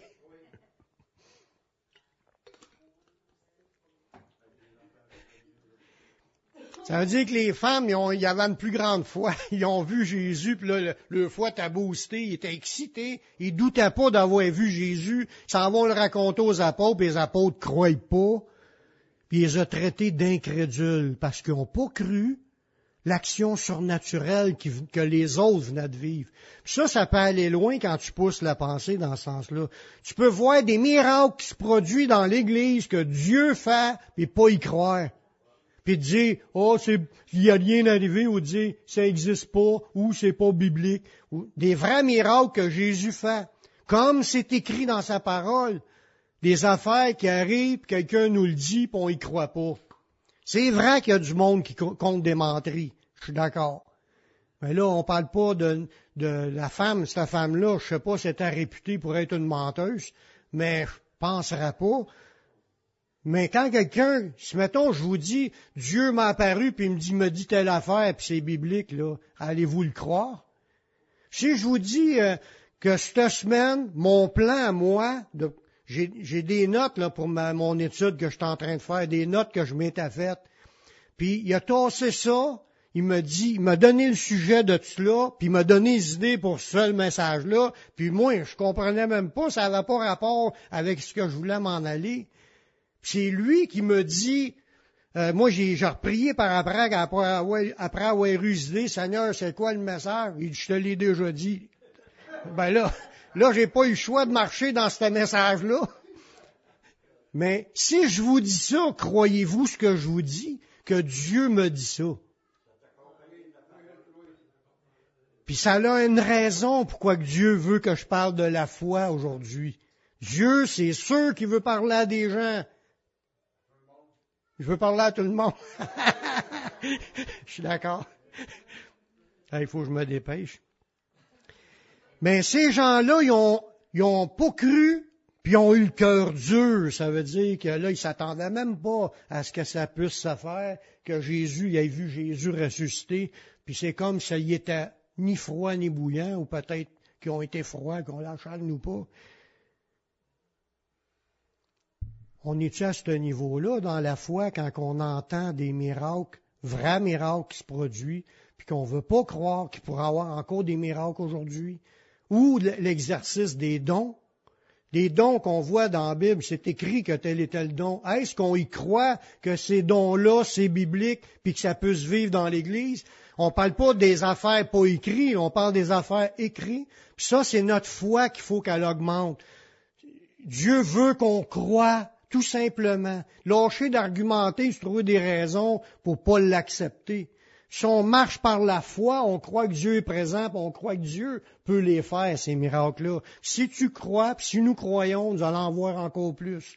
Ça veut dire que les femmes, ils avaient une plus grande foi. Ils ont vu Jésus, puis là, leur foi t'a boosté, ils étaient excités. Ils doutaient pas d'avoir vu Jésus. Ils s'en vont le raconter aux apôtres, puis les apôtres croient pas. Puis ils les ont traités d'incrédules, parce qu'ils n'ont pas cru l'action surnaturelle que les autres venaient de vivre. Puis ça peut aller loin quand tu pousses la pensée dans ce sens-là. Tu peux voir des miracles qui se produisent dans l'Église que Dieu fait, puis pas y croire. Puis dire, il n'y a rien arrivé, ou dire, ça n'existe pas, ou c'est pas biblique. Ou des vrais miracles que Jésus fait. Comme c'est écrit dans sa parole. Des affaires qui arrivent, puis quelqu'un nous le dit, puis on y croit pas. C'est vrai qu'il y a du monde qui compte des menteries. Je suis d'accord. Mais là, on parle pas de la femme. Cette femme-là, je sais pas si elle était réputée pour être une menteuse, mais je penserais pas. Mais quand quelqu'un, si mettons, je vous dis, Dieu m'a apparu puis il me dit telle affaire puis c'est biblique, là, allez-vous le croire? Si je vous dis que cette semaine, mon plan à moi, j'ai des notes là pour mon étude que je suis en train de faire, des notes que je m'étais faites. Puis il a tassé ça, il m'a donné le sujet de tout cela, puis il m'a donné les idées pour ce seul message-là. Puis moi, je comprenais même pas, ça n'avait pas rapport avec ce que je voulais m'en aller. C'est lui qui me dit, moi j'ai reprié par après avoir eu idée, Seigneur, c'est quoi le message? Il dit, je te l'ai déjà dit. Ben là, j'ai pas eu le choix de marcher dans ce message-là. Mais si je vous dis ça, croyez-vous ce que je vous dis? Que Dieu me dit ça. Puis ça a une raison pourquoi que Dieu veut que je parle de la foi aujourd'hui. Dieu, c'est sûr qu'il veut parler à des gens. Je veux parler à tout le monde. Je suis d'accord. Il faut que je me dépêche. Mais ces gens-là, ils ont pas cru, puis ils ont eu le cœur dur. Ça veut dire que là, ils s'attendaient même pas à ce que ça puisse se faire, que il ait vu Jésus ressusciter, puis c'est comme s'il était ni froid ni bouillant, ou peut-être qu'ils ont été froids, qu'on la charle ou pas. On est-tu à ce niveau-là dans la foi quand on entend des miracles, vrais miracles qui se produisent, puis qu'on ne veut pas croire qu'il pourra y avoir encore des miracles aujourd'hui? Ou l'exercice des dons qu'on voit dans la Bible, c'est écrit que tel et tel don. Est-ce qu'on y croit que ces dons-là, c'est biblique, puis que ça peut se vivre dans l'Église? On ne parle pas des affaires pas écrites, on parle des affaires écrites. Puis ça, c'est notre foi qu'il faut qu'elle augmente. Dieu veut qu'on croie. Tout simplement. Lâcher d'argumenter, se trouver des raisons pour pas l'accepter. Si on marche par la foi, on croit que Dieu est présent, puis on croit que Dieu peut les faire, ces miracles-là. Si tu crois, puis si nous croyons, nous allons en voir encore plus.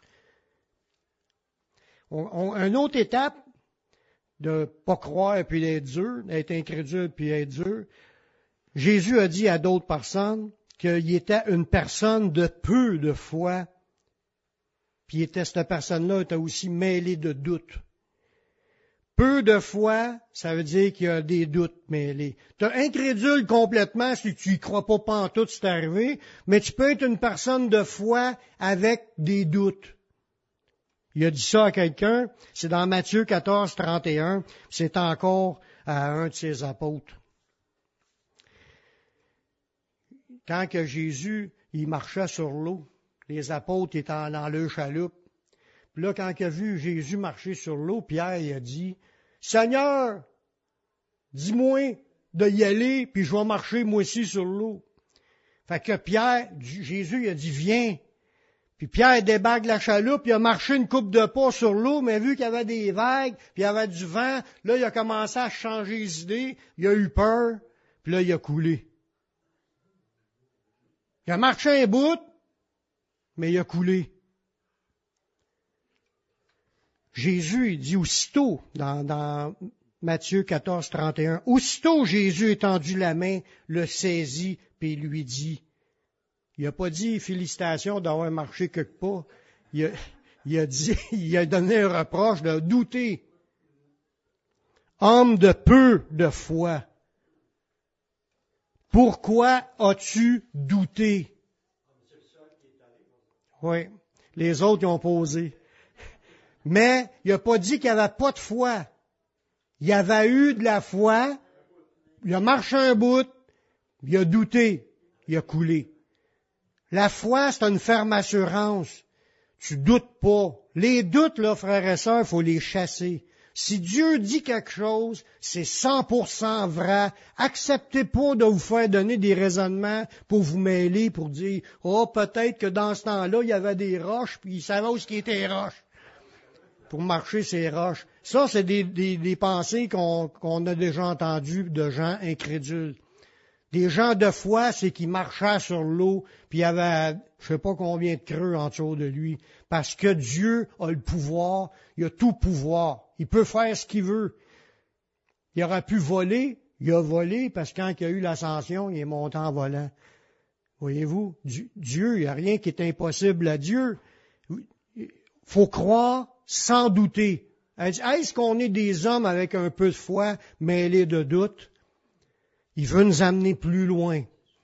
Une autre étape de pas croire puis d'être dur, d'être incrédule puis être dur, Jésus a dit à d'autres personnes qu'il était une personne de peu de foi. Puis cette personne-là était aussi mêlée de doute. Peu de foi, ça veut dire qu'il y a des doutes mêlés. Tu es incrédule complètement si tu y crois pas pantoute, c'est arrivé, mais tu peux être une personne de foi avec des doutes. Il a dit ça à quelqu'un, c'est dans Matthieu 14, 31, c'est encore à un de ses apôtres. Quand que Jésus, il marchait sur l'eau, les apôtres étaient dans leur chaloupe. Puis là, quand il a vu Jésus marcher sur l'eau, Pierre il a dit, « Seigneur, dis-moi de y aller, puis je vais marcher moi aussi sur l'eau. » Fait que Jésus il a dit, « Viens. » Puis Pierre débarque de la chaloupe, il a marché une coupe de pas sur l'eau, mais vu qu'il y avait des vagues, puis il y avait du vent, là, il a commencé à changer les idées, il a eu peur, puis là, il a coulé. Il a marché un bout, mais il a coulé. Jésus, il dit aussitôt, dans Matthieu 14, 31, aussitôt Jésus étendu la main, le saisit, puis il lui dit, il n'a pas dit félicitations d'avoir marché quelque part, il a dit, il a donné un reproche de douter. Homme de peu de foi, pourquoi as-tu douté? Oui, les autres y ont posé. Mais il n'a pas dit qu'il n'y avait pas de foi. Il y avait eu de la foi, il a marché un bout, il a douté, il a coulé. La foi, c'est une ferme assurance. Tu doutes pas. Les doutes, là, frères et sœurs, il faut les chasser. Si Dieu dit quelque chose, c'est 100% vrai. Acceptez pas de vous faire donner des raisonnements pour vous mêler, pour dire, oh, peut-être que dans ce temps-là, il y avait des roches, puis il savait où ce qui était roches. Pour marcher ces roches. Ça, c'est des pensées qu'on a déjà entendues de gens incrédules. Des gens de foi, c'est qu'ils marchaient sur l'eau, puis il y avait, je sais pas combien de creux en dessous de lui, parce que Dieu a le pouvoir, il a tout pouvoir. Il peut faire ce qu'il veut. Il aurait pu voler, il a volé, parce que quand il y a eu l'ascension, il est monté en volant. Voyez-vous, Dieu, il n'y a rien qui est impossible à Dieu. Il faut croire sans douter. Est-ce qu'on est des hommes avec un peu de foi mêlés de doute? Il veut nous amener plus loin.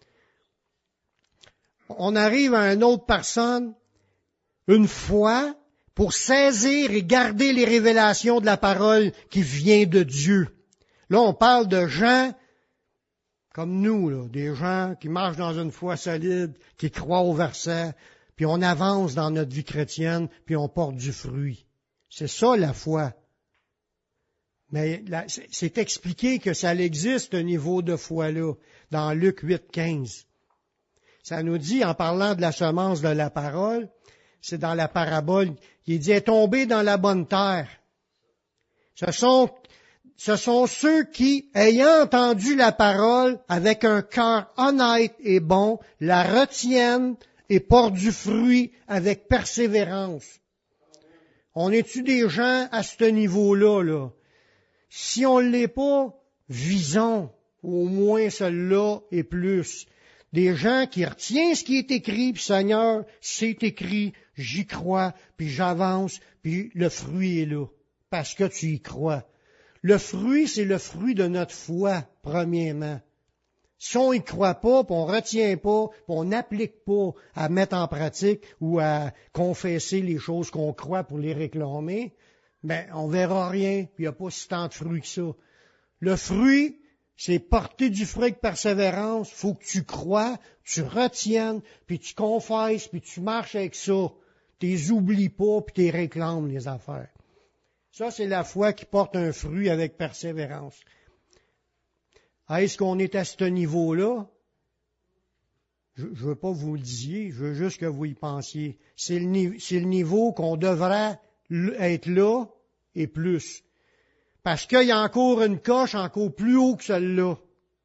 On arrive à une autre personne, une foi, pour saisir et garder les révélations de la parole qui vient de Dieu. Là, on parle de gens comme nous, là, des gens qui marchent dans une foi solide, qui croient au verset, puis on avance dans notre vie chrétienne, puis on porte du fruit. C'est ça la foi. Mais c'est expliqué que ça existe un niveau de foi-là, dans Luc 8, 15. Ça nous dit, en parlant de la semence de la parole, c'est dans la parabole, il dit, est tombé dans la bonne terre. Ce sont ceux qui, ayant entendu la parole avec un cœur honnête et bon, la retiennent et portent du fruit avec persévérance. On est-tu des gens à ce niveau-là, là? Si on ne l'est pas, visons au moins celle-là et plus. Des gens qui retiennent ce qui est écrit, puis Seigneur, c'est écrit, j'y crois, puis j'avance, puis le fruit est là, parce que tu y crois. Le fruit, c'est le fruit de notre foi, premièrement. Si on y croit pas, puis on retient pas, puis on n'applique pas à mettre en pratique ou à confesser les choses qu'on croit pour les réclamer, ben, on verra rien, puis il n'y a pas si tant de fruits que ça. Le fruit, c'est porter du fruit avec persévérance. Il faut que tu crois, tu retiennes, puis tu confesses, puis tu marches avec ça. Tu les oublies pas, puis tu les réclames, les affaires. Ça, c'est la foi qui porte un fruit avec persévérance. Est-ce qu'on est à ce niveau-là? Je ne veux pas que vous le disiez, je veux juste que vous y pensiez. C'est le niveau qu'on devrait être là et plus. Parce qu'il y a encore une coche encore plus haut que celle-là.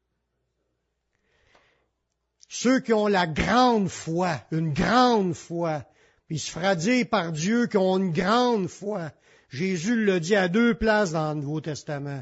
Ceux qui ont la grande foi, une grande foi, puis il se fera dire par Dieu qu'ils ont une grande foi. Jésus l'a dit à 2 places dans le Nouveau Testament.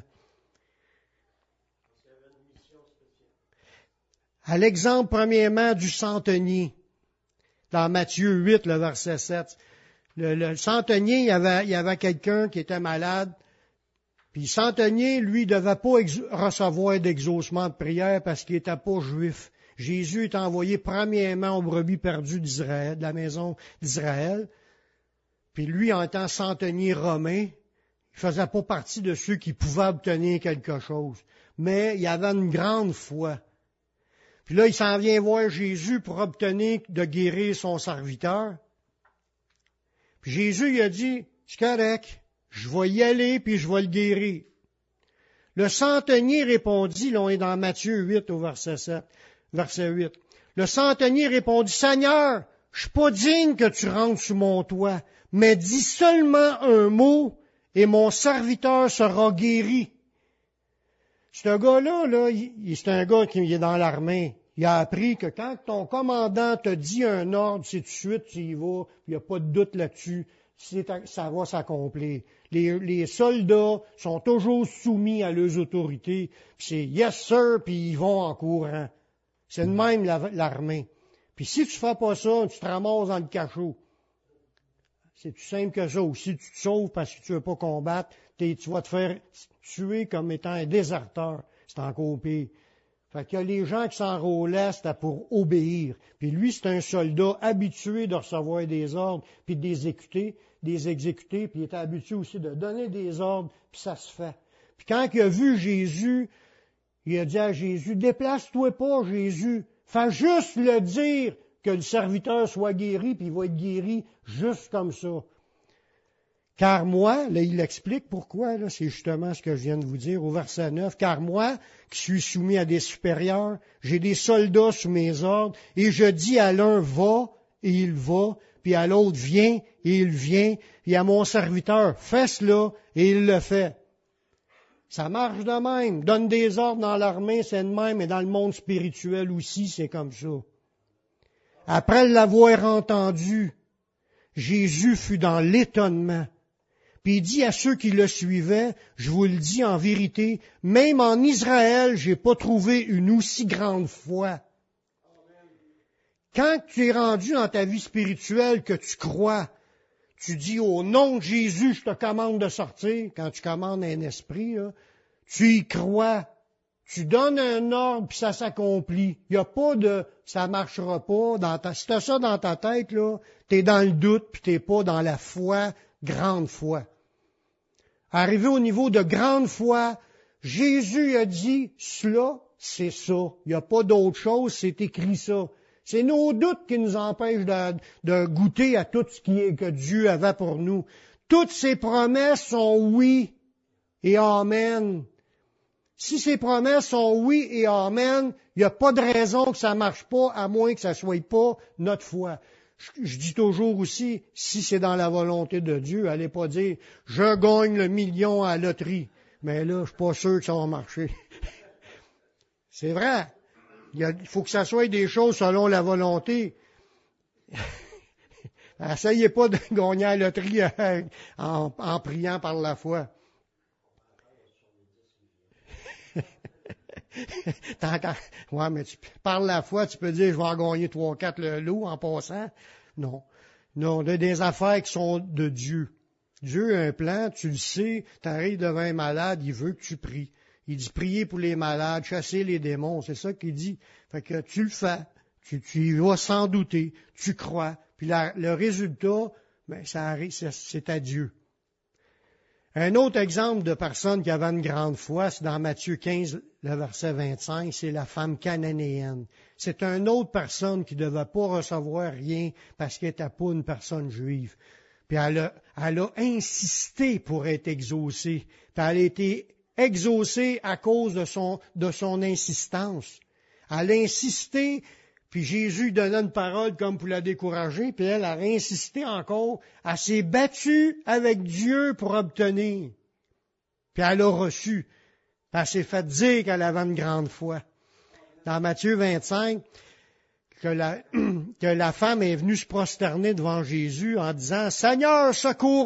À l'exemple, premièrement, du centenier, dans Matthieu 8, le verset 7. Le centenier, il y avait quelqu'un qui était malade, Puis centenier, lui, ne devait pas recevoir d'exaucement de prière parce qu'il n'était pas juif. Jésus est envoyé premièrement aux brebis perdues d'Israël, de la maison d'Israël. Puis lui, en tant que centenier romain, il faisait pas partie de ceux qui pouvaient obtenir quelque chose. Mais il avait une grande foi. Puis là, il s'en vient voir Jésus pour obtenir de guérir son serviteur. Puis Jésus, il a dit, c'est correct, je vais y aller puis je vais le guérir. Le centenier répondit, là on est dans Matthieu 8 au verset 7, verset 8. Le centenier répondit, Seigneur, je suis pas digne que tu rentres sous mon toit, mais dis seulement un mot et mon serviteur sera guéri. Ce gars-là, c'est un gars qui est dans l'armée. Il a appris que quand ton commandant te dit un ordre, c'est tout de suite, tu y vas, il n'y a pas de doute là-dessus, ça va s'accomplir. Les soldats sont toujours soumis à leurs autorités, puis c'est yes sir, puis ils vont en courant. C'est de même l'armée. Puis si tu fais pas ça, tu te ramasses dans le cachot. C'est tout simple que ça. Ou si tu te sauves parce que tu veux pas combattre, tu vas te faire tuer comme étant un déserteur. C'est encore pire. Fait qu'il y a les gens qui s'enrôlaient, c'était pour obéir. Puis lui, c'est un soldat habitué de recevoir des ordres, puis de les exécuter, puis il était habitué aussi de donner des ordres, puis ça se fait. Puis quand il a vu Jésus, il a dit à Jésus, déplace-toi pas, Jésus. Fais juste le dire que le serviteur soit guéri, puis il va être guéri juste comme ça. Car moi, là, il explique pourquoi, là, c'est justement ce que je viens de vous dire au verset 9, car moi, qui suis soumis à des supérieurs, j'ai des soldats sous mes ordres, et je dis à l'un, va, et il va, puis à l'autre, viens, et il vient, et à mon serviteur, fais cela, et il le fait. Ça marche de même. Donne des ordres dans l'armée, c'est de même, et dans le monde spirituel aussi, c'est comme ça. Après l'avoir entendu, Jésus fut dans l'étonnement. Puis il dit à ceux qui le suivaient, je vous le dis en vérité, même en Israël, j'ai pas trouvé une aussi grande foi. Quand tu es rendu dans ta vie spirituelle que tu crois, tu dis au nom de Jésus, je te commande de sortir. Quand tu commandes un esprit, là, tu y crois. Tu donnes un ordre, puis ça s'accomplit. Il n'y a pas de ça marchera pas. Si tu as ça dans ta tête, là, tu es dans le doute, puis tu n'es pas dans la foi, grande foi. Arrivé au niveau de grande foi, Jésus a dit, cela, c'est ça. Il n'y a pas d'autre chose, c'est écrit ça. C'est nos doutes qui nous empêchent de goûter à tout ce que Dieu avait pour nous. Toutes ses promesses sont oui et amen. Si ces promesses sont oui et amen, il n'y a pas de raison que ça ne marche pas, à moins que ça ne soit pas notre foi. Je dis toujours aussi, si c'est dans la volonté de Dieu, allez pas dire, je gagne le million à la loterie. Mais là, je suis pas sûr que ça va marcher. C'est vrai. Il faut que ça soit des choses selon la volonté. Essayez pas de gagner à la loterie en priant par la foi. Ouais, mais par la foi, tu peux dire, je vais en gagner 3-4 le lot en passant. Non. Non, il y a des affaires qui sont de Dieu. Dieu a un plan, tu le sais, tu arrives devant un malade, il veut que tu pries. Il dit prier pour les malades, chasser les démons, c'est ça qu'il dit. Fait que tu le fais, tu y vas sans douter, tu crois. Puis le résultat, ben, ça arrive, c'est à Dieu. Un autre exemple de personne qui avait une grande foi, c'est dans Matthieu 15, le verset 25, c'est la femme cananéenne. C'est une autre personne qui ne devait pas recevoir rien parce qu'elle n'était pas une personne juive. Puis elle a insisté pour être exaucée. Puis elle a été exaucée à cause de son insistance. Elle a insisté, puis Jésus donnait une parole comme pour la décourager, puis elle a insisté encore. Elle s'est battue avec Dieu pour obtenir. Puis elle a reçu. Puis elle s'est fait dire qu'elle avait une grande foi. Dans Matthieu 25, que la femme est venue se prosterner devant Jésus en disant, « Seigneur, secours-moi! »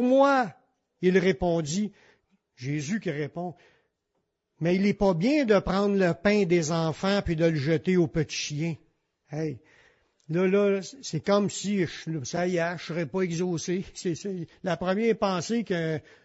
Il répondit, Jésus qui répond, « Mais il n'est pas bien de prendre le pain des enfants puis de le jeter aux petits chiens. » Hey, là, c'est comme si, ça y est, je ne serais pas exaucé. C'est la première pensée qu'un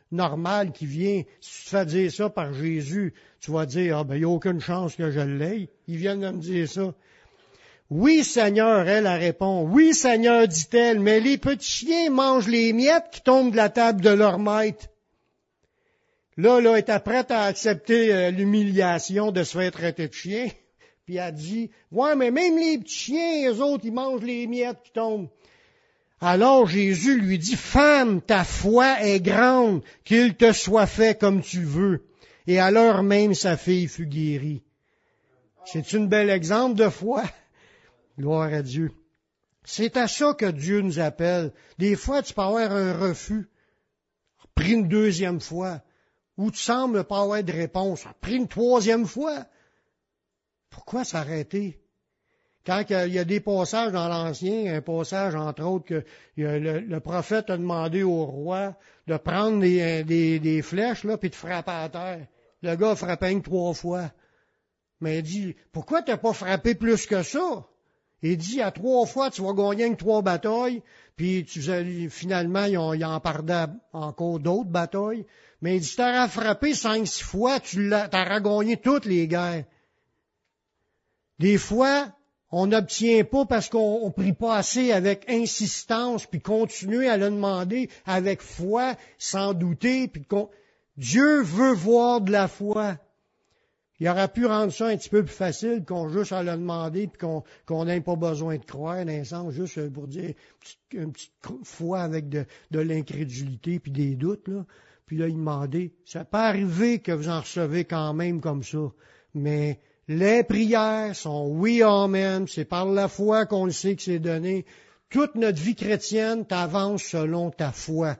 normal qui vient, si tu te fais dire ça par Jésus, tu vas dire, il n'y a aucune chance que je l'aie. Ils viennent de me dire ça. Oui, Seigneur, elle répond. Oui, Seigneur, dit-elle, mais les petits chiens mangent les miettes qui tombent de la table de leur maître. Là, elle était prête à accepter l'humiliation de se faire traiter de chien. Puis elle dit, ouais, mais même les petits chiens, eux autres, ils mangent les miettes qui tombent. Alors Jésus lui dit, femme, ta foi est grande, qu'il te soit fait comme tu veux. Et à l'heure même, sa fille fut guérie. C'est un bel exemple de foi. Gloire à Dieu. C'est à ça que Dieu nous appelle. Des fois, tu peux avoir un refus. Pris une deuxième fois. Ou tu sembles pas avoir de réponse. Pris une troisième fois. Pourquoi s'arrêter? Quand il y a des passages dans l'Ancien, un passage entre autres que le prophète a demandé au roi de prendre des flèches là puis de frapper à terre. Le gars a frappé une 3 fois. Mais il dit, pourquoi t'as pas frappé plus que ça? Il dit, à 3 fois, tu vas gagner une 3 batailles, puis finalement, ils en perdaient encore d'autres batailles. Mais il dit, t'auras frappé 5-6 fois, t'auras gagné toutes les guerres. Des fois, on n'obtient pas parce qu'on prie pas assez avec insistance, puis continuer à le demander avec foi, sans douter, puis Dieu veut voir de la foi. Il aurait pu rendre ça un petit peu plus facile qu'on juste à le demander puis qu'on n'ait pas besoin de croire, dans un sens, juste pour dire une petite foi avec de l'incrédulité puis des doutes, là. Puis là, il demandait, ça peut arriver que vous en recevez quand même comme ça, mais les prières sont oui, amen, c'est par la foi qu'on le sait que c'est donné. Toute notre vie chrétienne t'avance selon ta foi.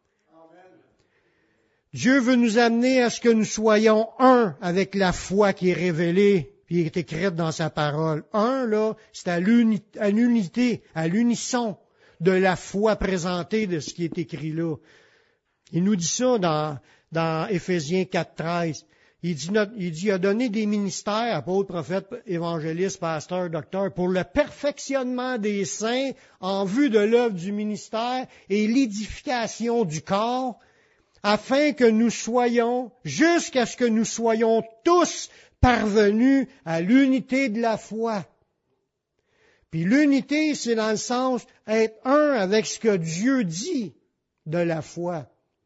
Dieu veut nous amener à ce que nous soyons un avec la foi qui est révélée, qui est écrite dans sa parole. Un, là, c'est à l'unité, à l'unisson de la foi présentée de ce qui est écrit là. Il nous dit ça dans Éphésiens 4:13. Il dit, il a donné des ministères, apôtres, prophètes, évangélistes, pasteurs, docteurs, pour le perfectionnement des saints en vue de l'œuvre du ministère et l'édification du corps, afin que nous soyons, jusqu'à ce que nous soyons tous parvenus à l'unité de la foi. Puis l'unité, c'est dans le sens être un avec ce que Dieu dit de la foi.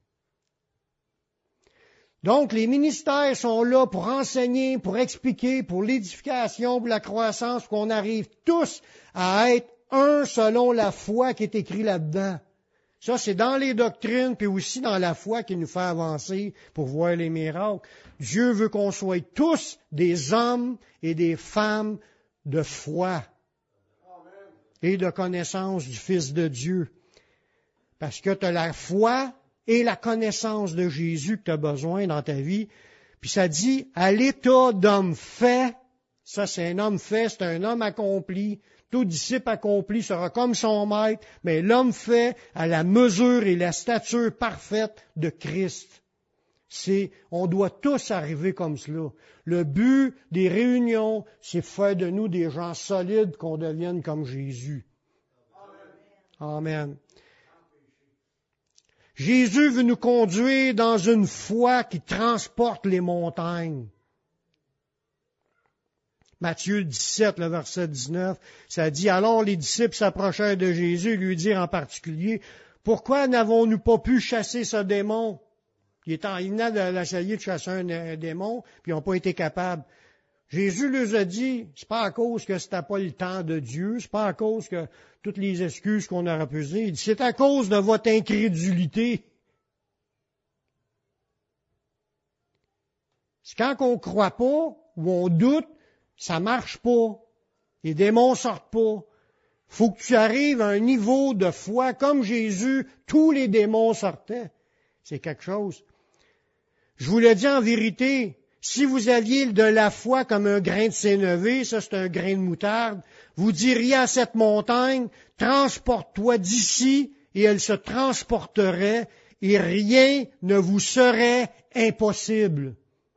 Donc, les ministères sont là pour enseigner, pour expliquer, pour l'édification, pour la croissance, pour qu'on arrive tous à être un selon la foi qui est écrit là-dedans. Ça, c'est dans les doctrines, puis aussi dans la foi qui nous fait avancer pour voir les miracles. Dieu veut qu'on soit tous des hommes et des femmes de foi et de connaissance du Fils de Dieu. Parce que tu as la foi et la connaissance de Jésus que tu as besoin dans ta vie. Puis ça dit, à l'état d'homme fait, ça c'est un homme fait, c'est un homme accompli. Tout disciple accompli sera comme son maître, mais l'homme fait à la mesure et la stature parfaite de Christ. On doit tous arriver comme cela. Le but des réunions, c'est faire de nous des gens solides, qu'on devienne comme Jésus. Amen. Jésus veut nous conduire dans une foi qui transporte les montagnes. Matthieu 17, le verset 19, ça dit, alors les disciples s'approchèrent de Jésus et lui dirent en particulier, pourquoi n'avons-nous pas pu chasser ce démon? Il venait d'essayer de chasser un démon, puis ils n'ont pas été capables. Jésus leur a dit, c'est pas à cause que c'était pas le temps de Dieu, c'est pas à cause que toutes les excuses qu'on aurait pu dire, il dit, c'est à cause de votre incrédulité. C'est quand on croit pas, ou on doute, ça marche pas. Les démons sortent pas. Faut que tu arrives à un niveau de foi comme Jésus, tous les démons sortaient. C'est quelque chose. Je vous le dis en vérité, si vous aviez de la foi comme un grain de sénévé, ça c'est un grain de moutarde, vous diriez à cette montagne, transporte-toi d'ici, et elle se transporterait, et rien ne vous serait impossible.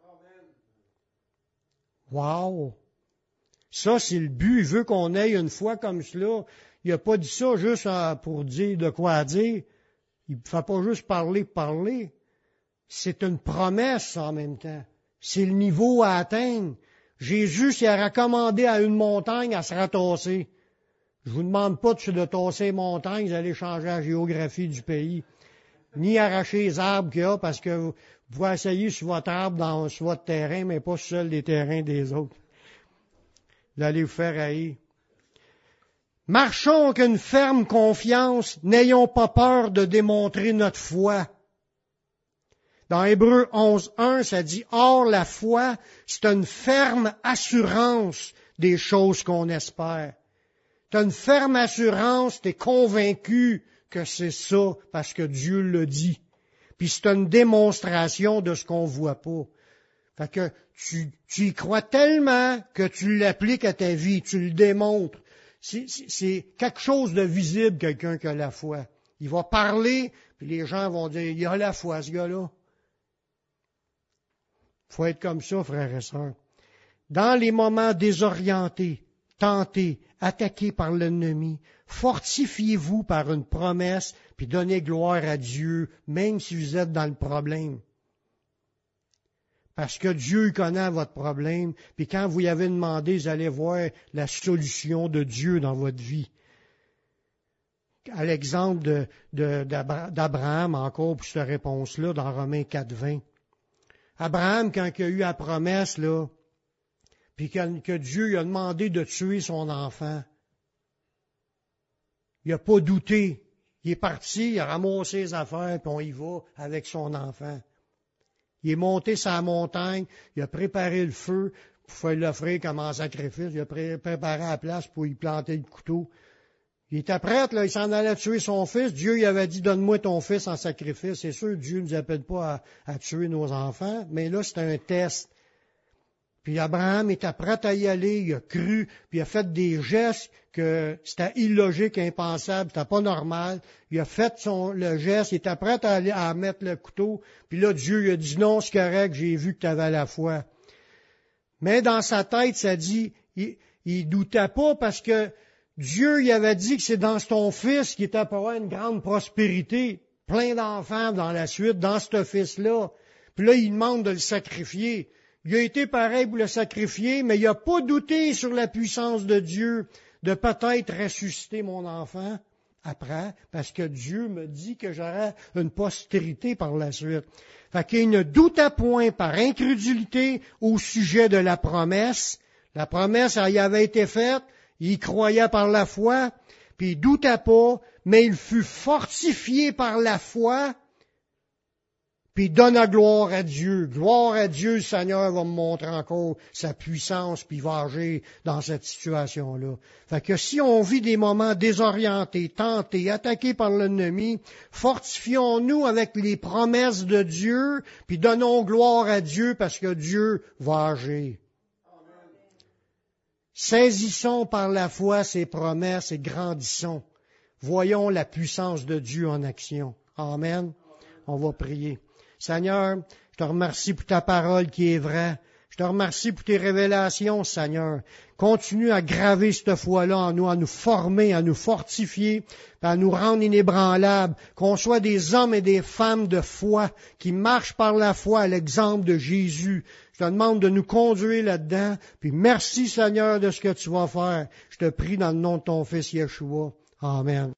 Wow! Ça, c'est le but. Il veut qu'on ait une foi comme cela. Il n'a pas dit ça juste pour dire de quoi dire. Il ne fait pas juste parler. c'est une promesse en même temps. C'est le niveau à atteindre. Jésus s'est recommandé à une montagne à se ratasser. Je vous demande pas de tasser les montagnes, vous allez changer la géographie du pays. Ni arracher les arbres qu'il y a, parce que vous pouvez essayer sur votre arbre, sur votre terrain, mais pas sur les terrains des autres. Vous allez vous faire haïr. Marchons avec une ferme confiance, n'ayons pas peur de démontrer notre foi. Dans Hébreux 11.1, ça dit « Or, la foi, c'est une ferme assurance des choses qu'on espère. » Tu as une ferme assurance, tu es convaincu que c'est ça parce que Dieu le dit. Puis c'est une démonstration de ce qu'on voit pas. Fait que tu y crois tellement que tu l'appliques à ta vie, tu le démontres. C'est quelque chose de visible, quelqu'un qui a la foi. Il va parler, puis les gens vont dire, il a la foi, ce gars-là. Faut être comme ça, frères et sœurs. Dans les moments désorientés, tentés, attaqués par l'ennemi, fortifiez-vous par une promesse, puis donnez gloire à Dieu, même si vous êtes dans le problème. Parce que Dieu connaît votre problème, puis quand vous y avez demandé, vous allez voir la solution de Dieu dans votre vie. À l'exemple d'Abraham, encore pour cette réponse-là, dans Romains 4.20. Abraham, quand il a eu la promesse, là, puis que Dieu lui a demandé de tuer son enfant, il n'a pas douté. Il est parti, il a ramassé ses affaires, puis on y va avec son enfant. Il est monté sur la montagne, il a préparé le feu pour faire l'offrir comme un sacrifice, il a préparé la place pour y planter le couteau. Il était prêt, là, il s'en allait tuer son fils. Dieu lui avait dit, donne-moi ton fils en sacrifice. C'est sûr, Dieu ne nous appelle pas à tuer nos enfants, mais là, c'était un test. Puis Abraham était prêt à y aller, il a cru, puis il a fait des gestes que c'était illogique, impensable, c'était pas normal. Il a fait le geste, il était prêt à mettre le couteau, puis là, Dieu lui a dit, non, c'est correct, j'ai vu que tu avais la foi. Mais dans sa tête, ça dit, il doutait pas parce que Dieu lui avait dit que c'est dans ton fils qu'il était pour avoir une grande prospérité, plein d'enfants dans la suite, dans ce fils-là. Puis là, il demande de le sacrifier. Il a été pareil pour le sacrifier, mais il n'a pas douté sur la puissance de Dieu de peut-être ressusciter mon enfant après, parce que Dieu me dit que j'aurai une postérité par la suite. Fait qu'il ne doutait point par incrédulité au sujet de la promesse. La promesse, elle y avait été faite, il croyait par la foi, puis il doutait pas, mais il fut fortifié par la foi, puis donne la gloire à Dieu. Gloire à Dieu, le Seigneur va me montrer encore sa puissance, puis il va agir dans cette situation-là. Fait que si on vit des moments désorientés, tentés, attaqués par l'ennemi, fortifions-nous avec les promesses de Dieu, puis donnons gloire à Dieu parce que Dieu va agir. Saisissons par la foi ses promesses et grandissons. Voyons la puissance de Dieu en action. Amen. On va prier. Seigneur, je te remercie pour ta parole qui est vraie. Je te remercie pour tes révélations, Seigneur. Continue à graver cette foi-là en nous, à nous former, à nous fortifier, à nous rendre inébranlables, qu'on soit des hommes et des femmes de foi qui marchent par la foi à l'exemple de Jésus. Je te demande de nous conduire là-dedans, puis merci, Seigneur, de ce que tu vas faire. Je te prie dans le nom de ton Fils Yeshua. Amen.